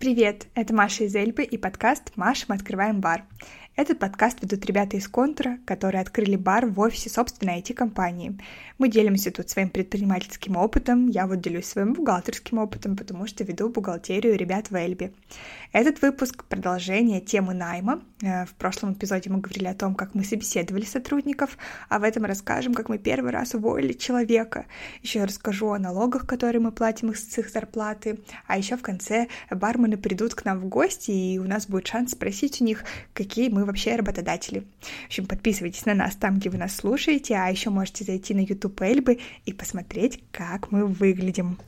Привет, это Маша из Эльбы и подкаст «Маша, мы открываем бар». Этот подкаст ведут ребята из Контура, которые открыли бар в офисе собственной IT-компании. Мы делимся тут своим предпринимательским опытом, я вот делюсь своим бухгалтерским опытом, потому что веду бухгалтерию ребят в Эльбе. Этот выпуск — продолжение темы найма. В прошлом эпизоде мы говорили о том, как мы собеседовали сотрудников, а в этом расскажем, как мы первый раз уволили человека. Еще расскажу о налогах, которые мы платим с их зарплаты, а еще в конце бармены придут к нам в гости, и у нас будет шанс спросить у них, какие мы вообще работодатели. В общем, подписывайтесь на нас там, где вы нас слушаете, а еще можете зайти на YouTube Эльбы и посмотреть, как мы выглядим.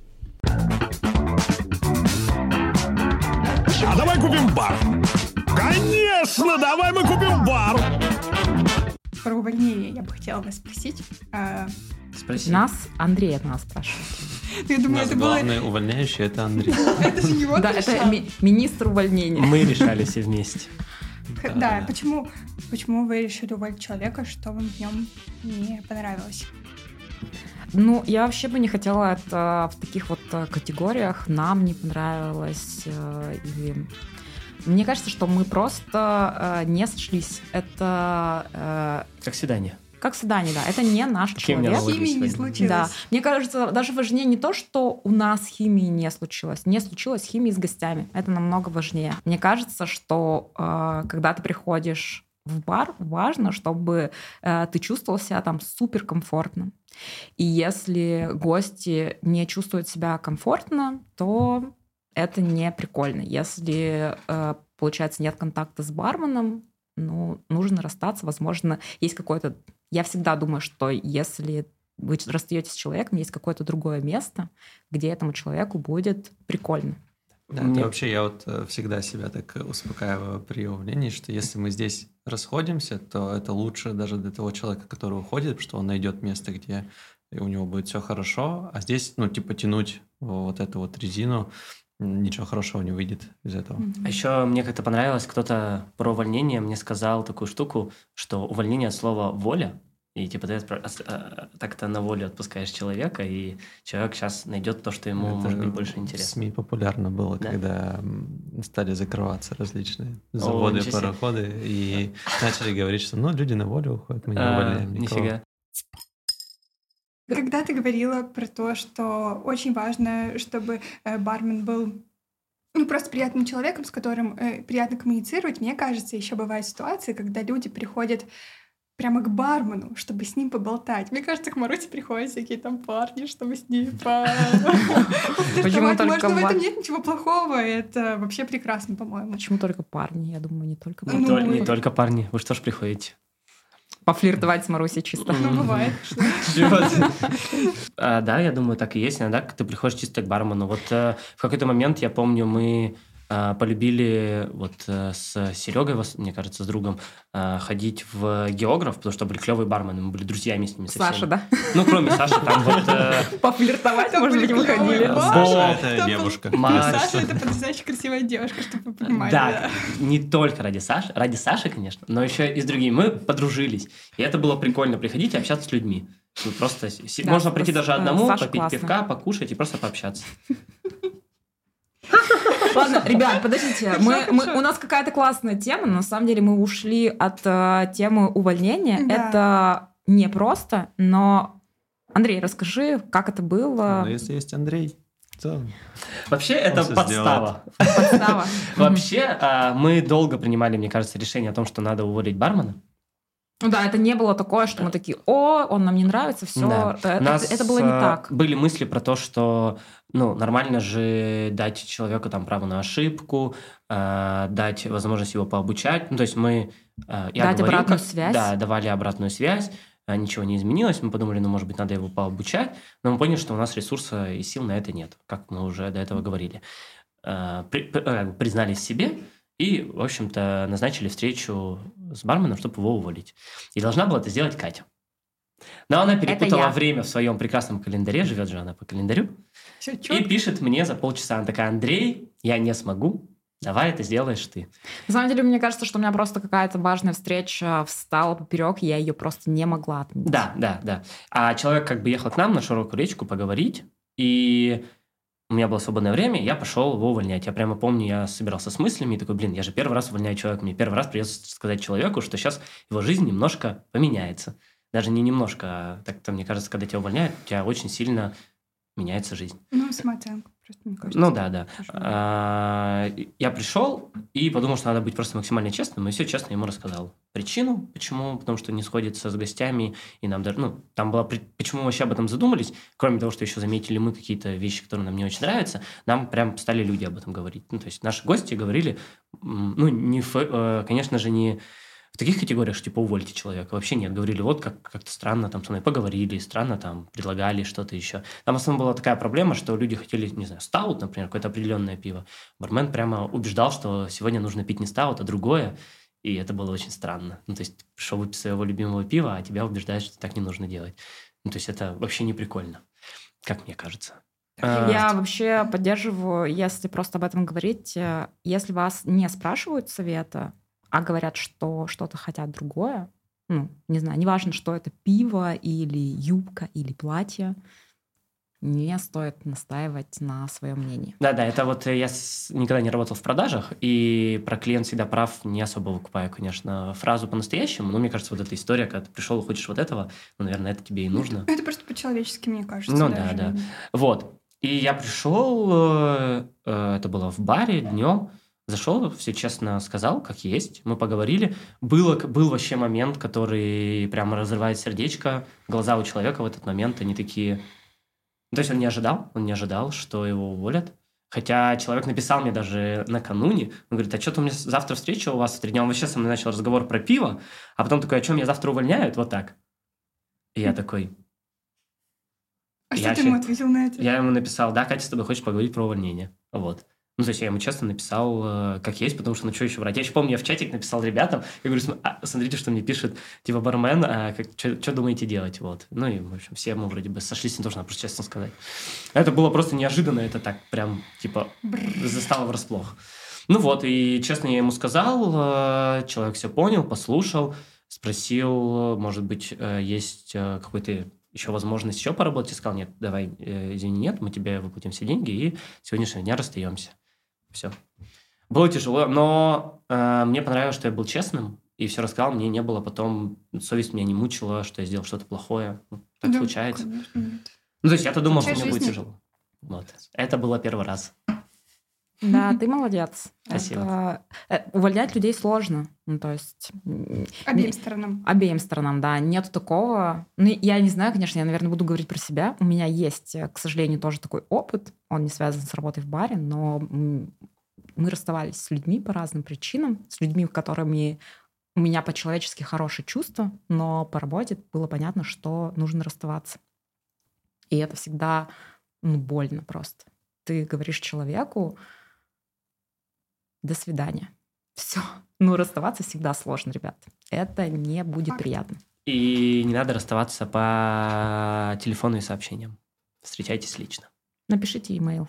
А давай купим бар! Конечно, давай мы купим бар! Про увольнение я бы хотела вас спросить. Спроси. Андрей от нас спрашивает. Я думаю, это главный увольняющий — это Андрей. Это же его. Да, это министр увольнения. Мы решали все вместе. Да, почему вы решили уволить человека, что вам в нем не понравилось? Ну, я вообще бы не хотела это в таких вот категориях. Нам не понравилось. Или... Мне кажется, что мы просто не сошлись. Это... Как свидание. Как свидание, да. Это не наш человек. Химии не случилось. Да. Мне кажется, даже важнее не то, что у нас химии не случилось. Не случилось химии с гостями. Это намного важнее. Мне кажется, что когда ты приходишь в бар, важно, чтобы ты чувствовал себя там суперкомфортно. И если гости не чувствуют себя комфортно, то это не прикольно. Если, получается, нет контакта с барменом, ну, нужно расстаться. Возможно, есть какое-то... Я всегда думаю, что если вы расстаетесь с человеком, есть какое-то другое место, где этому человеку будет прикольно. Да, это вообще я вот всегда себя так успокаиваю при увольнении, что если мы здесь расходимся, то это лучше даже для того человека, который уходит, потому что он найдет место, где у него будет все хорошо, а здесь, тянуть вот эту вот резину, ничего хорошего не выйдет из этого. А еще мне как-то понравилось, кто-то про увольнение мне сказал такую штуку, что увольнение от слова «воля», и типа ты так-то на волю отпускаешь человека, и человек сейчас найдет то, что ему, может быть, больше интересно. В СМИ популярно было, да? Когда стали закрываться различные заводы, пароходы, и начали говорить, что люди на волю уходят, мы не увольняем никого. Нифига. Когда ты говорила про то, что очень важно, чтобы бармен был просто приятным человеком, с которым приятно коммуницировать, мне кажется, еще бывают ситуации, когда люди приходят прямо к бармену, чтобы с ним поболтать. Мне кажется, к Марусе приходят всякие там парни, чтобы с ней пофлиртовать. Может, в этом нет ничего плохого, это вообще прекрасно, по-моему. Почему только парни? Я думаю, не только парни. Не только парни. Вы что ж приходите? Пофлиртовать с Марусей чисто. Бывает. Да, я думаю, так и есть. Иногда ты приходишь чисто к бармену. Вот в какой-то момент, я помню, мы полюбили с Серегой, мне кажется, с другом, ходить в географ, потому что были клевые бармены, мы были друзьями с ними со всеми. Саша, да? Кроме Саши, там Пофлиртовать, может быть, мы ходили. Саша — это девушка. Саша — это потрясающе красивая девушка, чтобы вы понимали. Да, не только ради Саши, конечно, но еще и с другими. Мы подружились, и это было прикольно приходить и общаться с людьми. Просто можно прийти даже одному, попить пивка, покушать и просто пообщаться. Ладно, ребят, подождите. У нас какая-то классная тема, но на самом деле мы ушли от темы увольнения. Да. Это непросто, но... Андрей, расскажи, как это было. Если есть Андрей, то... Вообще, это подстава. Вообще, мы долго принимали, мне кажется, решение о том, что надо уволить бармена. Ну да, это не было такое, что мы такие, он нам не нравится, все. Да. Это было не так. Были мысли про то, что нормально же дать человеку там право на ошибку, дать возможность его пообучать. То есть мы... Дать обратную связь. Да, давали обратную связь. Ничего не изменилось. Мы подумали, может быть, надо его пообучать. Но мы поняли, что у нас ресурса и сил на это нет, как мы уже до этого говорили. Признались себе. И, в общем-то, назначили встречу с барменом, чтобы его уволить. И должна была это сделать Катя. Но она перепутала время в своем прекрасном календаре, живет же она по календарю, и пишет мне за полчаса. Она такая: Андрей, я не смогу, давай это сделаешь ты. На самом деле, мне кажется, что у меня просто какая-то важная встреча встала поперек, и я ее просто не могла отменить. Да. А человек ехал к нам на Широкую речку поговорить, и у меня было свободное время, я пошел его увольнять. Я прямо помню, я собирался с мыслями и такой, я же первый раз увольняю человека, мне первый раз придется сказать человеку, что сейчас его жизнь немножко поменяется. Даже не немножко, а так-то, мне кажется, когда тебя увольняют, у тебя очень сильно меняется жизнь. Самооценка, просто, мне кажется. Я пришел и подумал, что надо быть просто максимально честным, и все честно ему рассказал. Причину, почему, потому что не сходится с гостями, и нам даже, там было, почему мы вообще об этом задумались, кроме того, что еще заметили мы какие-то вещи, которые нам не очень нравятся, нам прям стали люди об этом говорить. То есть наши гости говорили, конечно же, не в таких категориях, что типа увольте человека. Вообще нет. Говорили, вот как-то странно там со мной поговорили, странно там предлагали что-то еще. Там в основном была такая проблема, что люди хотели, не знаю, стаут, например, какое-то определенное пиво. Бармен прямо убеждал, что сегодня нужно пить не стаут, а другое. И это было очень странно. То есть пришел выпить своего любимого пива, а тебя убеждают, что так не нужно делать. То есть это вообще не прикольно, как мне кажется. Я вообще поддерживаю, если просто об этом говорить, если вас не спрашивают совета, а говорят, что что-то хотят другое, не знаю, неважно, что это пиво или юбка или платье, не стоит настаивать на своем мнении. Да, это вот я никогда не работал в продажах, и про клиент всегда прав не особо выкупаю, конечно, фразу по-настоящему, но мне кажется, вот эта история, когда ты пришел и хочешь вот этого, наверное, это тебе и нужно. Это просто по-человечески, мне кажется. Да. Вот. И я пришел, это было в баре днем, зашел, все честно сказал, как есть. Мы поговорили. Был вообще момент, который прямо разрывает сердечко. Глаза у человека в этот момент, они такие... То есть он не ожидал, что его уволят. Хотя человек написал мне даже накануне. Он говорит, а что-то у меня завтра встреча у вас в 3 дня. Он вообще со мной начал разговор про пиво. А потом такой, а что, меня завтра увольняют? Вот так. И я такой... А что ты ему ответил на это? Я ему написал, да, Катя с тобой хочет поговорить про увольнение. Вот. То есть я ему честно написал, как есть, потому что, что еще врать. Я еще помню, я в чатик написал ребятам, я говорю, смотрите, что мне пишет, типа, бармен, что думаете делать, вот. И, в общем, все мы вроде бы сошлись на то, что надо просто честно сказать. Это было просто неожиданно, это так прям, типа, застало врасплох. И честно я ему сказал, человек все понял, послушал, спросил, может быть, есть какой-то еще возможность еще поработать, я сказал, нет, давай, извини, нет, мы тебе выплатим все деньги, и с сегодняшнего дня расстаемся. Все. Было тяжело, но мне понравилось, что я был честным, и все рассказал, мне не было потом, совесть меня не мучила, что я сделал что-то плохое. Так случается. Конечно. То есть я-то думал, что мне будет тяжело. Вот. Это было первый раз. Да, ты молодец. Спасибо. Увольнять людей сложно. То есть... Обеим сторонам. Обеим сторонам, да. Нету такого... я не знаю, конечно, я, наверное, буду говорить про себя. У меня есть, к сожалению, тоже такой опыт. Он не связан с работой в баре, но мы расставались с людьми по разным причинам, с людьми, с которыми у меня по-человечески хорошие чувства, но по работе было понятно, что нужно расставаться. И это всегда больно просто. Ты говоришь человеку, до свидания. Все. Расставаться всегда сложно, ребят. Это не будет приятно. И не надо расставаться по телефону и сообщениям. Встречайтесь лично. Напишите имейл.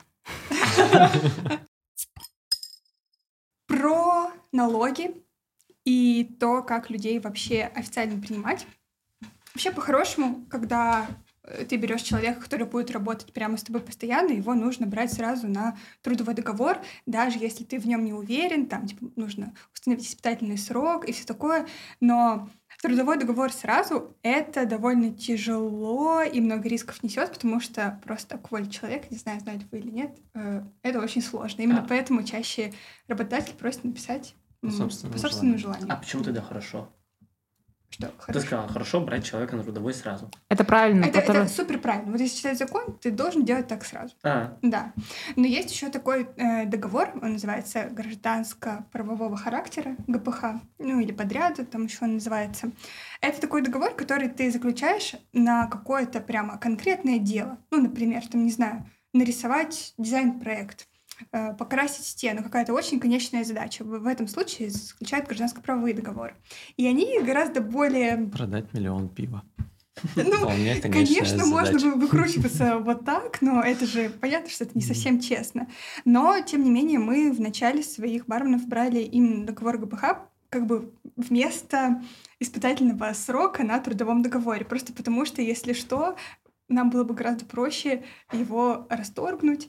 Про налоги и то, как людей вообще официально принимать. Вообще, по-хорошему, когда ты берешь человека, который будет работать прямо с тобой постоянно, его нужно брать сразу на трудовой договор, даже если ты в нем не уверен, там, нужно установить испытательный срок и все такое, но трудовой договор сразу — это довольно тяжело и много рисков несет, потому что просто так уволить человека, не знаю, знаете вы или нет, это очень сложно. Именно поэтому чаще работодатель просит написать по собственному желанию. А почему тогда хорошо? Что, ты сказала, хорошо брать человека на трудовой сразу. Это правильно. Это супер правильно. Вот если читать закон, ты должен делать так сразу. Да. Но есть еще такой договор, он называется гражданско-правового характера, ГПХ, или подряда, там еще он называется. Это такой договор, который ты заключаешь на какое-то прямо конкретное дело. Например, не знаю, нарисовать дизайн-проект, покрасить стену, какая-то очень конечная задача. В этом случае заключают гражданско-правовые договоры. И они гораздо более... Продать 1 миллион пива. Конечно, можно выкручиваться вот так, но это же понятно, что это не совсем честно. Но, тем не менее, мы в начале своих барменов брали именно договор ГПХ как бы вместо испытательного срока на трудовом договоре. Просто потому что, если что, нам было бы гораздо проще его расторгнуть,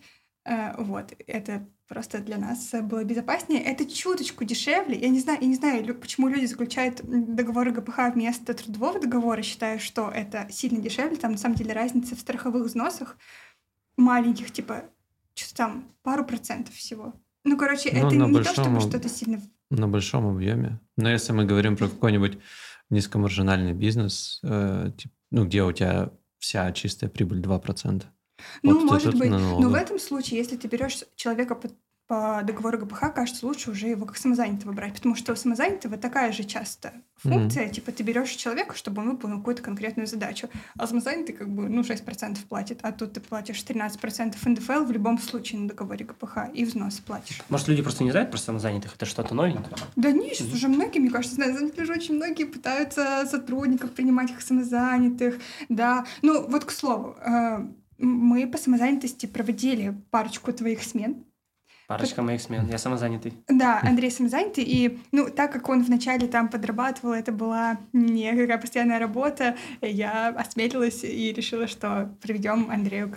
Вот, это просто для нас было безопаснее. Это чуточку дешевле. Я не знаю, почему люди заключают договоры ГПХ вместо трудового договора, считая, что это сильно дешевле. Там, на самом деле, разница в страховых взносах маленьких, типа, что-то там, пару процентов всего. Ну, короче, это не то, чтобы что-то сильно... На большом объеме. Но если мы говорим про какой-нибудь низкомаржинальный бизнес, где у тебя вся чистая прибыль 2%. Ну, может быть. Но в этом случае, если ты берешь человека по договору ГПХ, кажется, лучше уже его как самозанятого брать, потому что у самозанятого такая же часто функция, типа ты берешь человека, чтобы он выполнил какую-то конкретную задачу, а самозанятый 6% платит, а тут ты платишь 13% НДФЛ в любом случае на договоре ГПХ и взносы платишь. Может, люди просто не знают про самозанятых, это что-то новенькое? Да нет, сейчас уже многие, мне кажется, уже очень многие пытаются сотрудников принимать как самозанятых, да. Ну, вот к слову, мы по самозанятости проводили парочку твоих смен. Парочка моих смен. Я самозанятый. Да, Андрей самозанятый. И, так как он вначале там подрабатывал, это была не какая постоянная работа, я осмелилась и решила, что проведем Андрею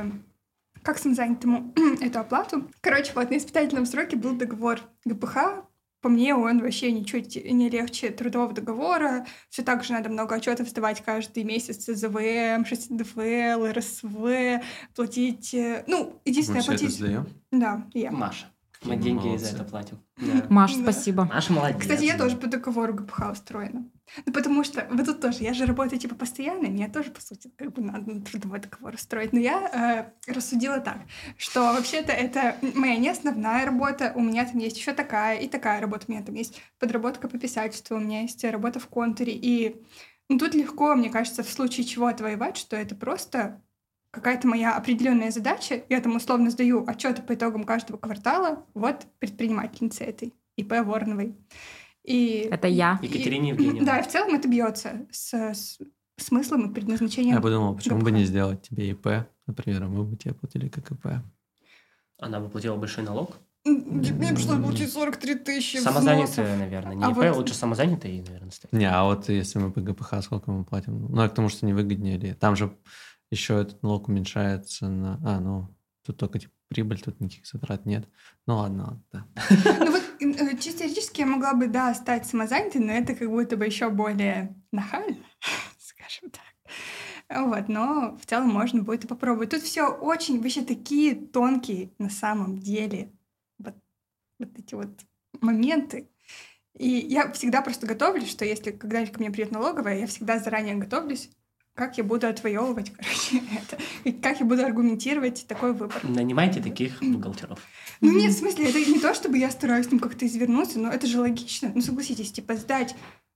как самозанятому эту оплату. Короче, вот на испытательном сроке был договор ГПХ. По мне, он вообще ничуть не легче трудового договора. Все так же надо много отчетов сдавать каждый месяц ЗВМ, 6 НДФЛ, РСВ, платить... единственное, платить... Мы все это сдаем? Да, я. Маша. Мы деньги за это платим. Да. Маша, спасибо. Маша молодец. Кстати, я тоже по договору ГПХ устроена. Потому что вот тут тоже, я же работаю постоянно, меня тоже, по сути, надо на трудовой договор устроить. Но я рассудила так, что вообще-то это моя не основная работа, у меня там есть еще такая и такая работа, у меня там есть подработка по писательству, у меня есть работа в контуре, и тут легко, мне кажется, в случае чего отвоевать, что это просто какая-то моя определенная задача, я там условно сдаю отчеты по итогам каждого квартала, вот предпринимательница этой, ИП Вороновой. И, это я. Екатерина Евгеньевна. Да, и в целом это бьется с смыслом и предназначением. Я подумал, почему бы не сделать тебе ИП, например, мы бы тебе платили как ИП. Она бы платила большой налог? Мне пришлось получить 43 тысячи самозанятая, наверное, не ИП, лучше самозанятая, наверное, стоит. Не, а вот если мы по ГПХ, сколько мы платим? Ну, к тому, что невыгоднее ли. Там же еще этот налог уменьшается на... тут только прибыль, тут никаких затрат нет. Ну ладно, да. Ну вот чисто теоретически я могла бы, да, стать самозанятой, но это как будто бы еще более нахально, скажем так. Вот, но в целом можно будет и попробовать. Тут все очень вообще такие тонкие на самом деле вот эти вот моменты. И я всегда просто готовлюсь, что если когда-нибудь ко мне придет налоговая, я всегда заранее готовлюсь, как я буду отвоевывать, это, и как я буду аргументировать такой выбор. Нанимайте таких бухгалтеров. Ну нет, в смысле, это не то, чтобы я стараюсь там как-то извернуться, но это же логично. Ну согласитесь, сдать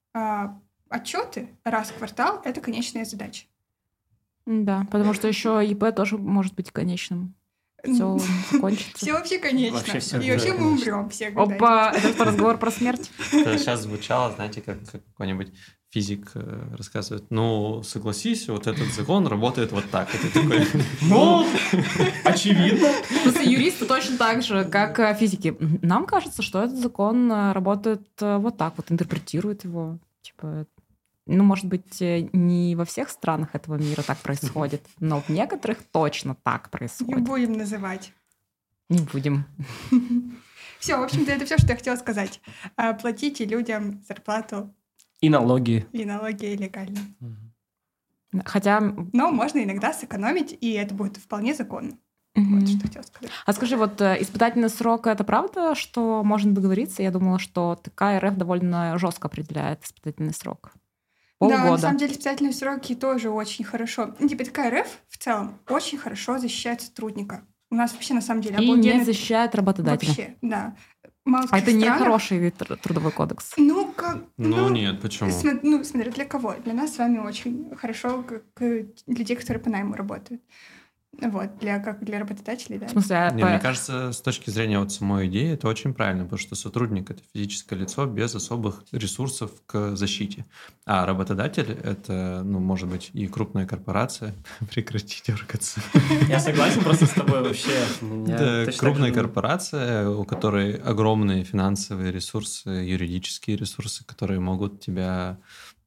отчеты раз в квартал — это конечная задача. Да, потому что еще ИП тоже может быть конечным. Все закончится. Все вообще конечно. И вообще мы умрем все. Опа, это что, разговор про смерть? Это сейчас звучало, знаете, как какой-нибудь физик рассказывает. Ну, согласись, вот этот закон работает вот так. Это такой... Ну, очевидно. Юристы точно так же, как физики. Нам кажется, что этот закон работает вот так, вот интерпретирует его. Может быть, не во всех странах этого мира так происходит, но в некоторых точно так происходит. Не будем называть. Не будем. Все, в общем-то, это все, что я хотела сказать. Платите людям зарплату. И налоги. И налоги легально. Хотя... Но можно иногда сэкономить, и это будет вполне законно. Вот что хотела сказать. А скажи, вот испытательный срок — это правда, что можно договориться? Я думала, что ТК РФ довольно жестко определяет испытательный срок. Полгода. Да, на самом деле специальные сроки тоже очень хорошо. ТК РФ в целом очень хорошо защищает сотрудника. У нас вообще на самом деле обалденно... И не защищает работодателя. Вообще, да. А это не хороший трудовой кодекс? Нет, почему? Смотри, для кого? Для нас с вами очень хорошо, как для тех, которые по найму работают. Вот, как для работодателей, да. В смысле, мне кажется, с точки зрения вот самой идеи, это очень правильно, потому что сотрудник — это физическое лицо без особых ресурсов к защите. А работодатель — это, может быть, и крупная корпорация. Прекрати дергаться. Я согласен просто с тобой вообще. Это крупная корпорация, у которой огромные финансовые ресурсы, юридические ресурсы, которые могут тебя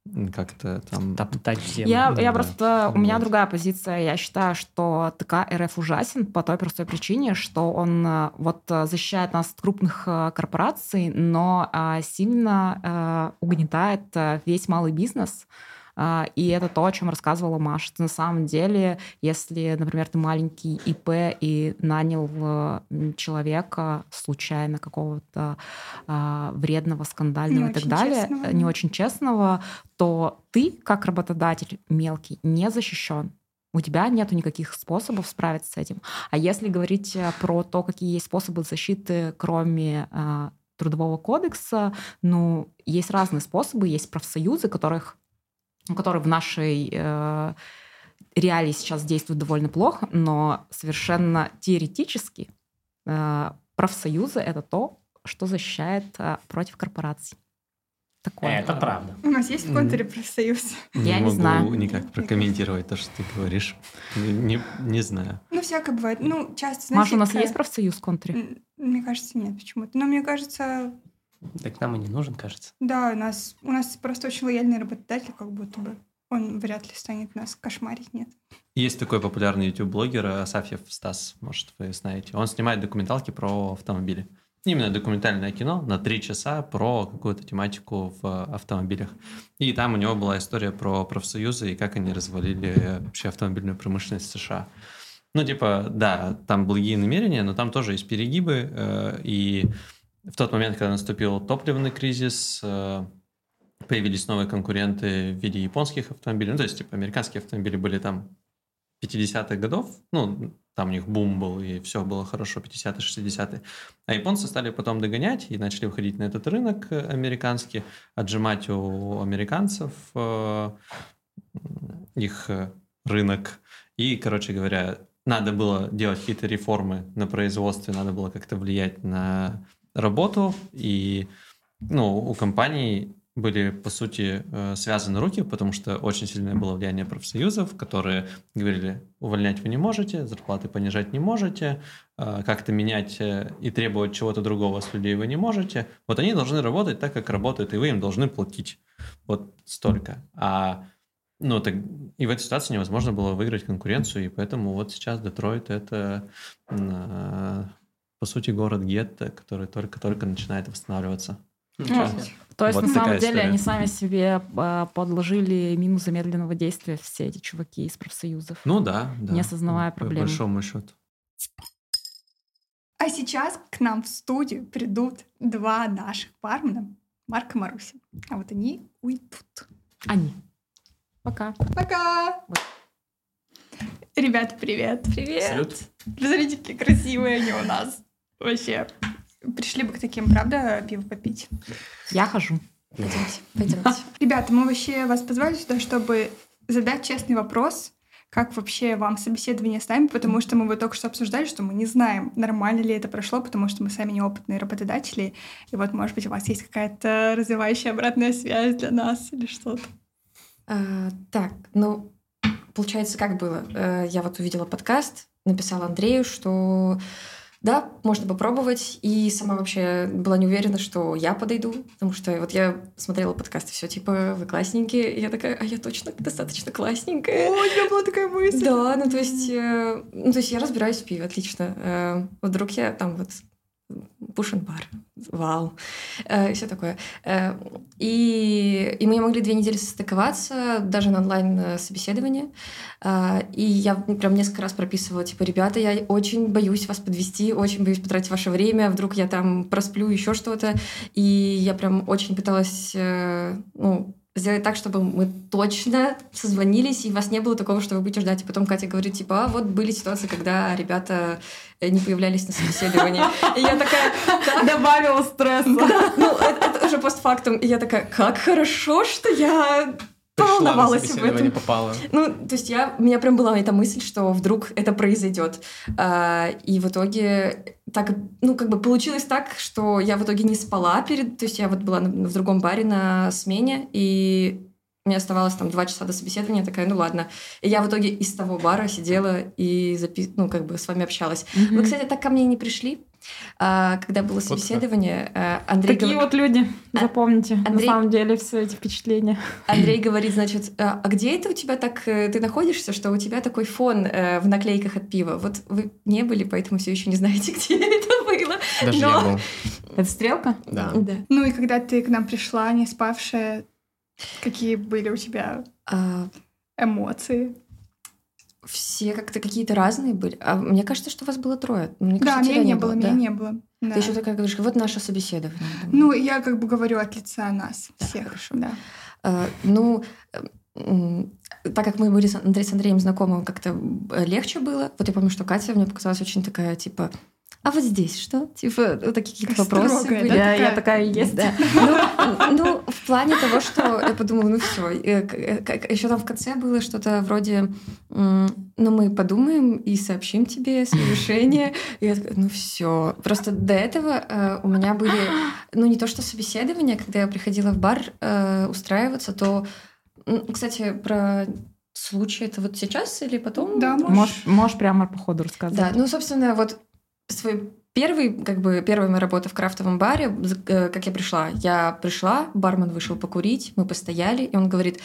как-то там... Топтать землю. Я просто... У меня другая позиция. Я считаю, что ТК РФ ужасен по той простой причине, что он вот защищает нас от крупных корпораций, но сильно угнетает весь малый бизнес. И это то, о чем рассказывала Маша. На самом деле, если, например, ты маленький ИП и нанял человека случайно какого-то вредного, скандального и так далее, не очень честного, то ты, как работодатель мелкий, не защищен. У тебя нету никаких способов справиться с этим. А если говорить про то, какие есть способы защиты, кроме Трудового кодекса, ну, есть разные способы, есть профсоюзы, которые в нашей реалии сейчас действуют довольно плохо, но совершенно теоретически профсоюзы — это то, что защищает против корпораций. Такое. Это правда. У нас есть в контуре профсоюз? Я не могу знаю. никак прокомментировать то, что ты говоришь. Не знаю. Ну, всякое бывает. Ну, часто, знаете... Маша, у нас есть профсоюз в контуре? Мне кажется, нет почему-то. Но мне кажется... Так нам и не нужен, кажется. Да, у нас просто очень лояльный работодатель, как будто бы. Он вряд ли станет нас кошмарить, нет. Есть такой популярный YouTube-блогер Асафьев Стас, может, вы знаете. Он снимает документалки про автомобили. Именно документальное кино на 3 часа про какую-то тематику в автомобилях. И там у него была история про профсоюзы и как они развалили вообще автомобильную промышленность США. Ну, типа, да, там благие намерения, но там тоже есть перегибы. И в тот момент, когда наступил топливный кризис, появились новые конкуренты в виде японских автомобилей. Ну, то есть, типа, американские автомобили были там 50-х годов, ну, там у них бум был, и все было хорошо, 50-е, 60-е. А японцы стали потом догонять и начали выходить на этот рынок американский, отжимать у американцев их рынок. И, короче говоря, надо было делать какие-то реформы на производстве, надо было как-то влиять на работу, и, ну, у компаний были, по сути, связаны руки, потому что очень сильное было влияние профсоюзов, которые говорили: увольнять вы не можете, зарплаты понижать не можете, как-то менять и требовать чего-то другого с людей вы не можете. Вот они должны работать так, как работают, и вы им должны платить. Вот столько. Ну, так, и в этой ситуации невозможно было выиграть конкуренцию, и поэтому вот сейчас Детройт — это, по сути, город-гетто, который только-только начинает восстанавливаться. То есть, вот на самом деле, они сами себе подложили мину замедленного действия, все эти чуваки из профсоюзов. Ну да. Не осознавая проблемы. По большому счету. А сейчас к нам в студию придут 2 наших бармена, Марк и Маруся. А вот они уйдут. Пока. Пока! Ребята, привет. Привет. Салют. Посмотрите, какие красивые они у нас. Вообще. Пришли бы к таким, правда, пиво попить? Я хожу. Пойдемте. Ребята, мы вообще вас позвали сюда, чтобы задать честный вопрос, как вообще вам собеседование с нами, потому что мы вот только что обсуждали, что мы не знаем, нормально ли это прошло, потому что мы сами неопытные работодатели, и вот, может быть, у вас есть какая-то развивающая обратная связь для нас или что-то. Так, ну, получается, как было? Я вот увидела подкаст, написала Андрею, что да, можно попробовать, и сама вообще была не уверена, что я подойду, потому что вот я смотрела подкасты, все типа, вы классненькие, и я такая: а я точно достаточно классненькая. О, у тебя была такая мысль. Да, ну то есть я разбираюсь в пиве, отлично. Вдруг я там вот пуш-н-бар, вау, и все такое. И мы могли 2 недели состыковаться, даже на онлайн-собеседование. И я прям несколько раз прописывала, типа: ребята, я очень боюсь вас подвести, очень боюсь потратить ваше время, вдруг я там просплю, еще что-то. И я прям очень пыталась, сделать так, чтобы мы точно созвонились, и у вас не было такого, что вы будете ждать. И потом Катя говорит, типа: а вот были ситуации, когда ребята не появлялись на собеседовании. И я такая: Добавила стресса. ну, это уже постфактум. И я такая: как хорошо, что я волновалась об этом. Попала. Ну, то есть у меня прям была эта мысль, что вдруг это произойдет. И в итоге так, получилось так, что я в итоге не спала то есть я вот была в другом баре на смене, и мне оставалось там 2 часа до собеседования, такая, ну ладно. И я в итоге из того бара сидела и с вами общалась. Вы, кстати, так ко мне не пришли. Когда было собеседование, Андрей... Такие вот люди, запомните, на самом деле, все эти впечатления. Андрей говорит, значит, а где это у тебя так, ты находишься, что у тебя такой фон в наклейках от пива? Вот вы не были, поэтому все еще не знаете, где это было. Даже я был. Это стрелка? Да. Ну и когда ты к нам пришла, не спавшая, какие были у тебя эмоции? Все как-то какие-то разные были. А мне кажется, что вас было 3. Мне Да, кажется, меня не было, меня не было. Ты еще такая говоришь, вот наше собеседование. Ну, я как бы говорю от лица нас всех. Хорошо. Да. Так как мы были с Андреем знакомы, как-то легче было. Вот я помню, что Катя мне показалась очень такая, типа, а вот здесь что? Типа, вот такие какие-то вопросы строгая, были. да? Я такая и есть. Да. Ну, в плане того, что я подумала, ну все. Еще там в конце было что-то вроде, ну, мы подумаем и сообщим тебе свое решение. И я такая, ну все. Просто до этого у меня были, ну, не то что собеседования, когда я приходила в бар устраиваться, то, кстати, про случай это вот сейчас или потом? Да, можешь прямо по ходу рассказать. Да, ну, собственно, вот свой первая моя работа в крафтовом баре, как я пришла, бармен вышел покурить, мы постояли, и он говорит,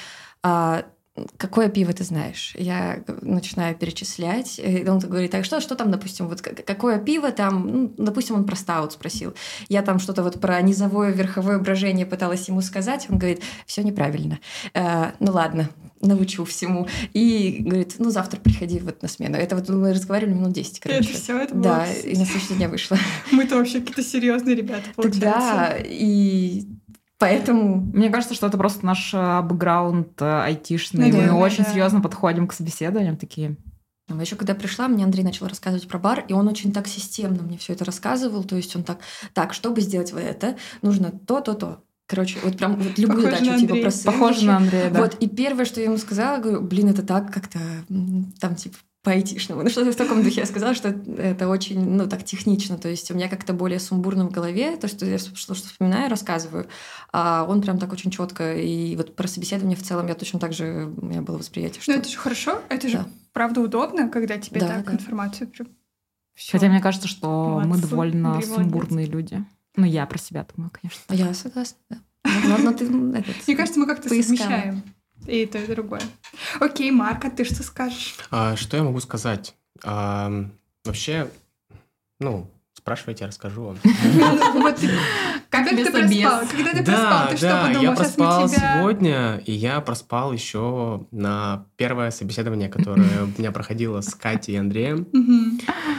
какое пиво ты знаешь? Я начинаю перечислять, и он говорит, так что там, допустим, вот какое пиво там, ну, допустим, он про стаут спросил. Я там что-то вот про низовое верховое брожение пыталась ему сказать, он говорит, все неправильно. Ну ладно, научу всему. И говорит, ну завтра приходи вот на смену. Это вот мы разговаривали минут 10, короче. Это все, это было? Да, и на следующий день я вышла. Мы-то вообще какие-то серьезные ребята, получается. Да, и поэтому... Мне кажется, что это просто наш бэкграунд айтишный. Наверное, Мы очень да. серьезно подходим к собеседованиям такие. Еще когда пришла, мне Андрей начал рассказывать про бар, и он очень так системно мне все это рассказывал. То есть он так, чтобы сделать вот это, нужно то. Короче, вот прям вот любую Похоже дачу на типа Андрея. про сэндвичи. Похоже на Андрея, да. Вот, и первое, что я ему сказала, говорю, блин, это так как-то там типа по-айтишному. Ну, что-то в таком духе я сказала, что это очень, ну, так технично. То есть у меня как-то более сумбурно в голове, то, что я что вспоминаю, рассказываю. А он прям так очень четко. И вот про собеседование в целом я точно так же, у меня было восприятие, что... Ну, это же хорошо, это же Да. правда удобно, когда тебе Да, так да. информацию... Всё. Хотя мне кажется, что мы Молодцы, довольно Андрей, сумбурные люди. Ну, я про себя думаю, конечно. Я согласна, да. Но ты... Мне кажется, мы как-то поискала. совмещаем и то, и другое. Окей, Марк, а ты что скажешь? Что я могу сказать? Вообще, ну, спрашивайте, я расскажу вам. Вот когда ты вместо проспал? без. Когда ты проспал, ты что подумал? Я Сейчас мы проспал тебя... сегодня, и я проспал еще на первое собеседование, которое у меня проходило с Катей и Андреем. Мгм.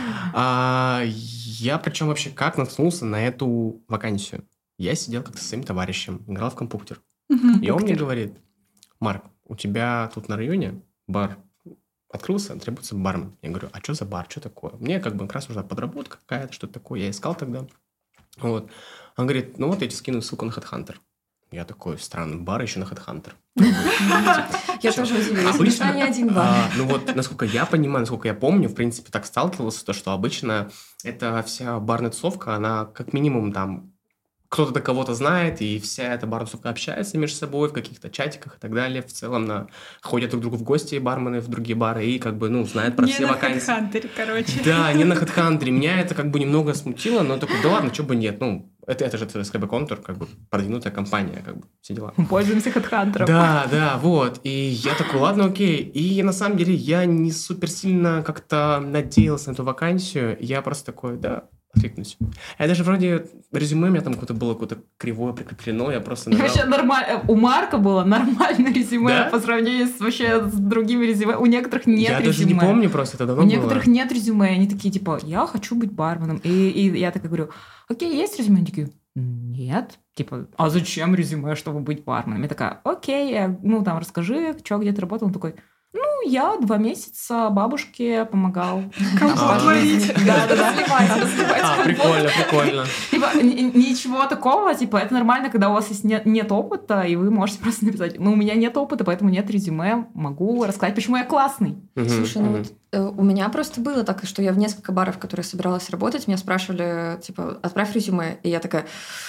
Я причем вообще как наткнулся на эту вакансию? Я сидел как-то со своим товарищем, играл в компьютер. Мгм. И он мне говорит, Марк, у тебя тут на районе бар открылся, требуется бармен. Я говорю, а что за бар, что такое? Мне как бы как раз нужна подработка какая-то, что-то такое. Я искал тогда. Вот. Он говорит, ну вот я тебе скину ссылку на HeadHunter. Я такой, странный, бар еще на HeadHunter. Я тоже удивилась. Обычно, Пришла не один бар. ну вот, насколько я понимаю, насколько я помню, в принципе, так сталкивался, то, что обычно эта вся барная тусовка, она как минимум там кто-то до кого-то знает, и вся эта барная тусовка общается между собой в каких-то чатиках и так далее. В целом ходят друг к другу в гости бармены в другие бары и как бы, ну, знают про Не все на вакансии. HeadHunter, короче. Да, не на HeadHunter. Меня это как бы немного смутило, но такой, да ладно, что бы нет. Ну, это же СКБ Контур, как бы продвинутая компания, как бы все дела. Пользуемся HeadHunter. Да, вот. И я такой, ладно, окей. И на самом деле я не супер сильно как-то надеялся на эту вакансию. Я просто такой, да, откликнусь. Я даже вроде резюме у меня там какое-то было какое-то кривое прикреплено, я просто нажал. Вообще нормально. У Марка было нормальное резюме Да? по сравнению вообще с другими резюме. У некоторых нет Я резюме. даже не помню просто, это давно У было. некоторых нет резюме, они такие, типа, я хочу быть барменом. И я такая говорю, окей, есть резюме? Они такие, нет. Типа, а зачем резюме, чтобы быть барменом? Я такая, окей, ну там расскажи, что, где ты работал? Он такой, ну, я 2 месяца бабушке помогал. Компот варить. Да. Прикольно. Типа, ничего такого, типа, это нормально, когда у вас есть нет опыта, и вы можете просто написать, ну, у меня нет опыта, поэтому нет резюме, могу рассказать, почему я классный. Слушай, ну вот у меня просто было так, что я в несколько баров, в которые собиралась работать, меня спрашивали, типа, отправь резюме, и я такая...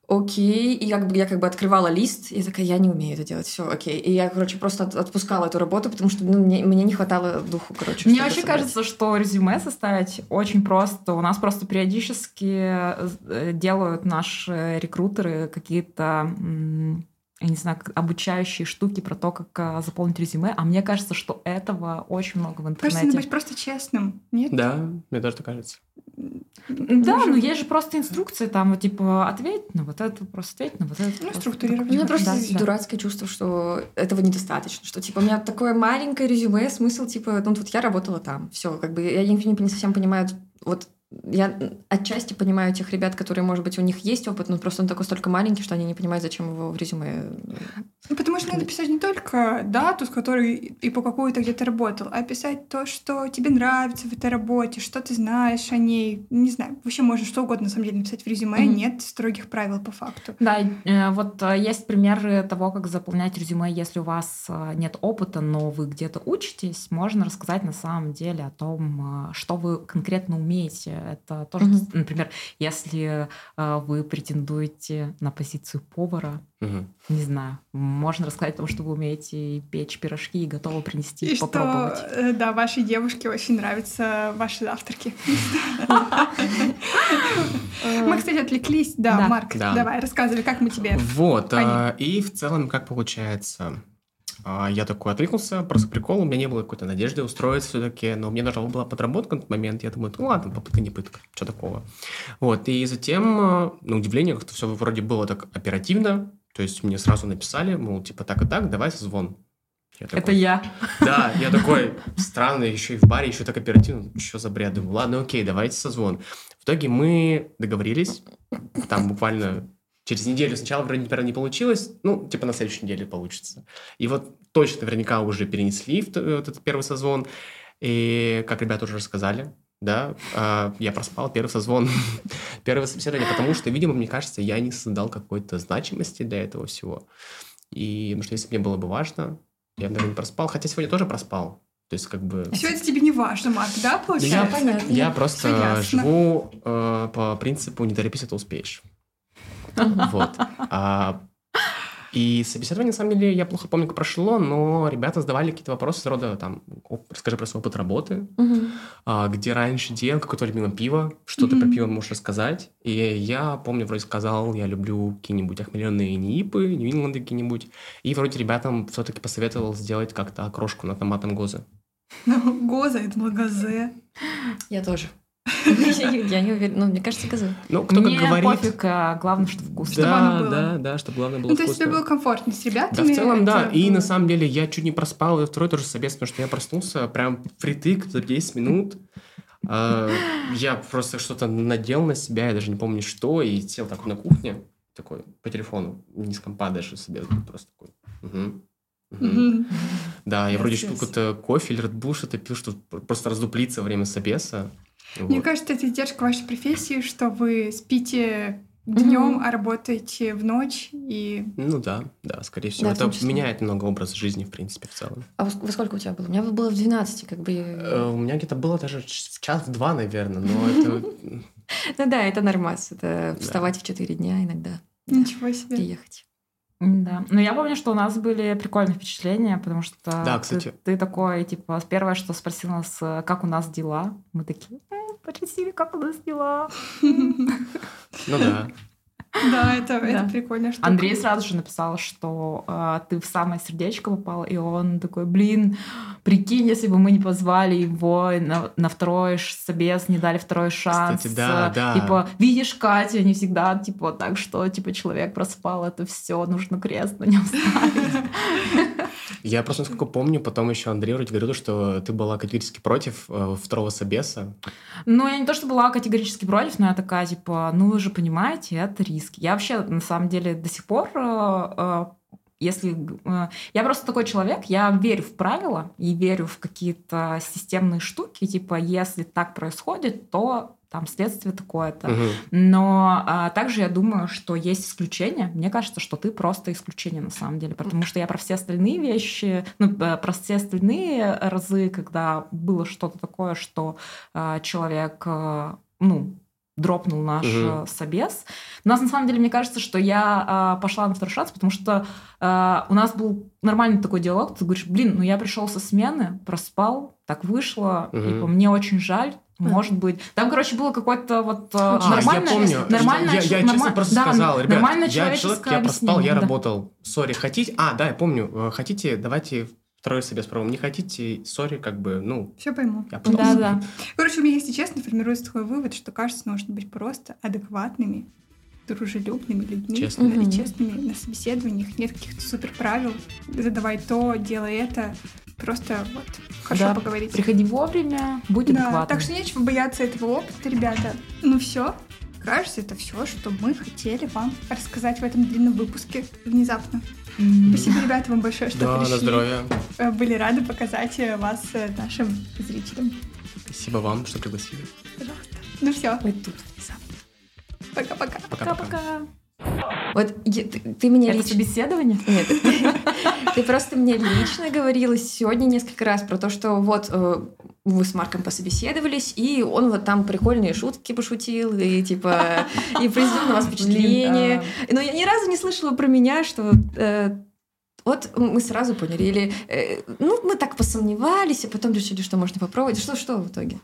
окей. И я как бы открывала лист, и такая, я не умею это делать, все, окей. И я, короче, просто отпускала эту работу, потому что мне не хватало духу, короче. Мне вообще кажется, что резюме составить очень просто. У нас просто периодически делают наши рекрутеры какие-то, я не знаю, обучающие штуки про то, как заполнить резюме, а мне кажется, что этого очень много в интернете. Кажется, надо быть просто честным, нет? Да, мне тоже так кажется. Да, но есть же просто инструкции, там, вот, типа, ответь на вот это, просто ответь на вот это. Ну, структурировать. У меня просто Да. дурацкое чувство, что этого недостаточно. Что, типа, у меня такое маленькое резюме, смысл, типа, ну, вот я работала там. Все, как бы, я не совсем понимаю, вот я отчасти понимаю тех ребят, которые, может быть, у них есть опыт, но просто он такой столько маленький, что они не понимают, зачем его в резюме. Ну, потому что надо писать не только дату, с которой и по какую ты где-то работал, а писать то, что тебе нравится в этой работе, что ты знаешь о ней. Не знаю, вообще можно что угодно, на самом деле, написать в резюме. Нет строгих правил по факту. Да, вот есть примеры того, как заполнять резюме, если у вас нет опыта, но вы где-то учитесь, можно рассказать на самом деле о том, что вы конкретно умеете. Это тоже, например, если вы претендуете на позицию повара, не знаю, можно рассказать о том, что вы умеете печь пирожки и готовы принести И попробовать. что, да, вашей девушке очень нравятся ваши завтраки. Мы, кстати, отвлеклись. Да, Марк, давай, рассказывай, как мы тебе... Вот, и в целом, как получается... Я такой откликнулся, просто прикол, у меня не было какой-то надежды устроиться все-таки, но мне нужна была подработка на тот момент, я думаю, ну ладно, попытка не пытка, что такого. Вот, и затем, на удивление, как-то все вроде было так оперативно, то есть мне сразу написали, мол, типа так и так, давай созвон. Это я. Да, я такой, странно, еще и в баре, еще так оперативно, что за бред, думаю, ладно, окей, давайте созвон. В итоге мы договорились, там буквально... Через неделю сначала вроде не получилось, ну, типа на следующей неделе получится. И вот точно наверняка уже перенесли вот этот первый созвон. И, как ребята уже рассказали, да, я проспал первый созвон, первое собеседование, потому что, видимо, мне кажется, я не создал какой-то значимости для этого всего. И, потому что если бы мне было бы важно, я бы, наверное, не проспал. Хотя сегодня тоже проспал. То есть, как бы... Все это тебе не важно, Марк, да, получается? Я просто живу по принципу «не торопись, а то успеешь». Вот. И собеседование, на самом деле, я плохо помню, как прошло, но ребята задавали какие-то вопросы рода, там, расскажи про свой опыт работы, где раньше делал, какое то любимое пиво, что ты про пиво можешь рассказать. И я помню, вроде сказал, я люблю какие-нибудь охмеленные Нипы, Нью-Ингланды какие-нибудь. И вроде ребятам все-таки посоветовал сделать как-то окрошку на томатном гозе. Гоза, это было газе. Я тоже. Я не уверена, но мне кажется, газе. Ну, кто как говорит. Пофиг, главное, чтобы вкусно. Да, чтобы главное было вкусно. То есть тебе было комфортно с ребятами? Да, в целом, да. И на самом деле я чуть не проспал второй тоже собес, потому что я проснулся прям впритык за 10 минут. Я просто что-то надел на себя, я даже не помню что, и сел так на кухне, такой по телефону, не с компа даже себе, просто такой. Да, я вроде какой-то кофе или Red Bull что-то пил, что просто раздуплиться во время собеса. Мне Вот. кажется, это издержка вашей профессии, что вы спите днем, а работаете в ночь. И... Ну да, скорее всего. Да, это меняет немного образ жизни, в принципе, в целом. А во сколько у тебя было? У меня было в 12, как бы... У меня где-то было даже в час-два, наверное, но это... Ну да, это нормас. Это вставать в 4 дня иногда. Ничего себе. И ехать. Да. Но я помню, что у нас были прикольные впечатления, потому что Да, кстати. ты такой, типа, первое, что спросил нас, как у нас дела. Мы такие, спросили, как у нас дела. Ну да. Да, это прикольно. Андрей сразу же написал, что ты в самое сердечко попал, и он такой, блин, прикинь, если бы мы не позвали его на второй собес, не дали второй шанс. Кстати, да. Типа, видишь, Катя не всегда, типа, так что, типа, человек проспал, это все, нужно крест на нем ставить. Я просто, насколько помню, потом еще Андрей вроде говорил, что ты была категорически против второго собеса. Ну, я не то, что была категорически против, но я такая, типа, ну, вы же понимаете, это риски. Я вообще, на самом деле, до сих пор, если... Я просто такой человек, я верю в правила и верю в какие-то системные штуки, типа, если так происходит, то там следствие такое-то. Но также я думаю, что есть исключения. Мне кажется, что ты просто исключение на самом деле, потому что я про все остальные вещи, про все остальные разы, когда было что-то такое, что человек, дропнул наш собес. У нас, на самом деле, мне кажется, что я пошла на второй шанс, потому что у нас был нормальный такой диалог. Ты говоришь, я пришел со смены, проспал, так вышло, типа, мне очень жаль. Может быть. Там, было какое-то нормальное... Я честно просто сказал, ребят, я проспал, я работал. Сори, хотите... я помню. Хотите, давайте второй собес пробуем. Не хотите, сори, Все пойму. Да. Короче, у меня, если честно, формируется такой вывод, что, кажется, нужно быть просто адекватными, дружелюбными людьми, честными на собеседованиях. Нет каких-то супер правил. Задавай то, делай это. Просто хорошо поговорить. Приходи вовремя, будь адекватным. Так что нечего бояться этого опыта, ребята. Все. Кажется, это все, что мы хотели вам рассказать в этом длинном выпуске внезапно. Спасибо, ребята, вам большое, что пришли. На здоровье. Были рады показать вас нашим зрителям. Спасибо вам, что пригласили. Пожалуйста. Все. Мы тут. Пока-пока. Пока-пока. Ты мне Это собеседование? Нет, ты просто мне лично говорила сегодня несколько раз про то, что вы с Марком пособеседовались, и он там прикольные шутки пошутил, и и произвел на вас впечатление. Но я ни разу не слышала про меня, что мы сразу поняли, или мы так посомневались, а потом решили, что можно попробовать. Что в итоге?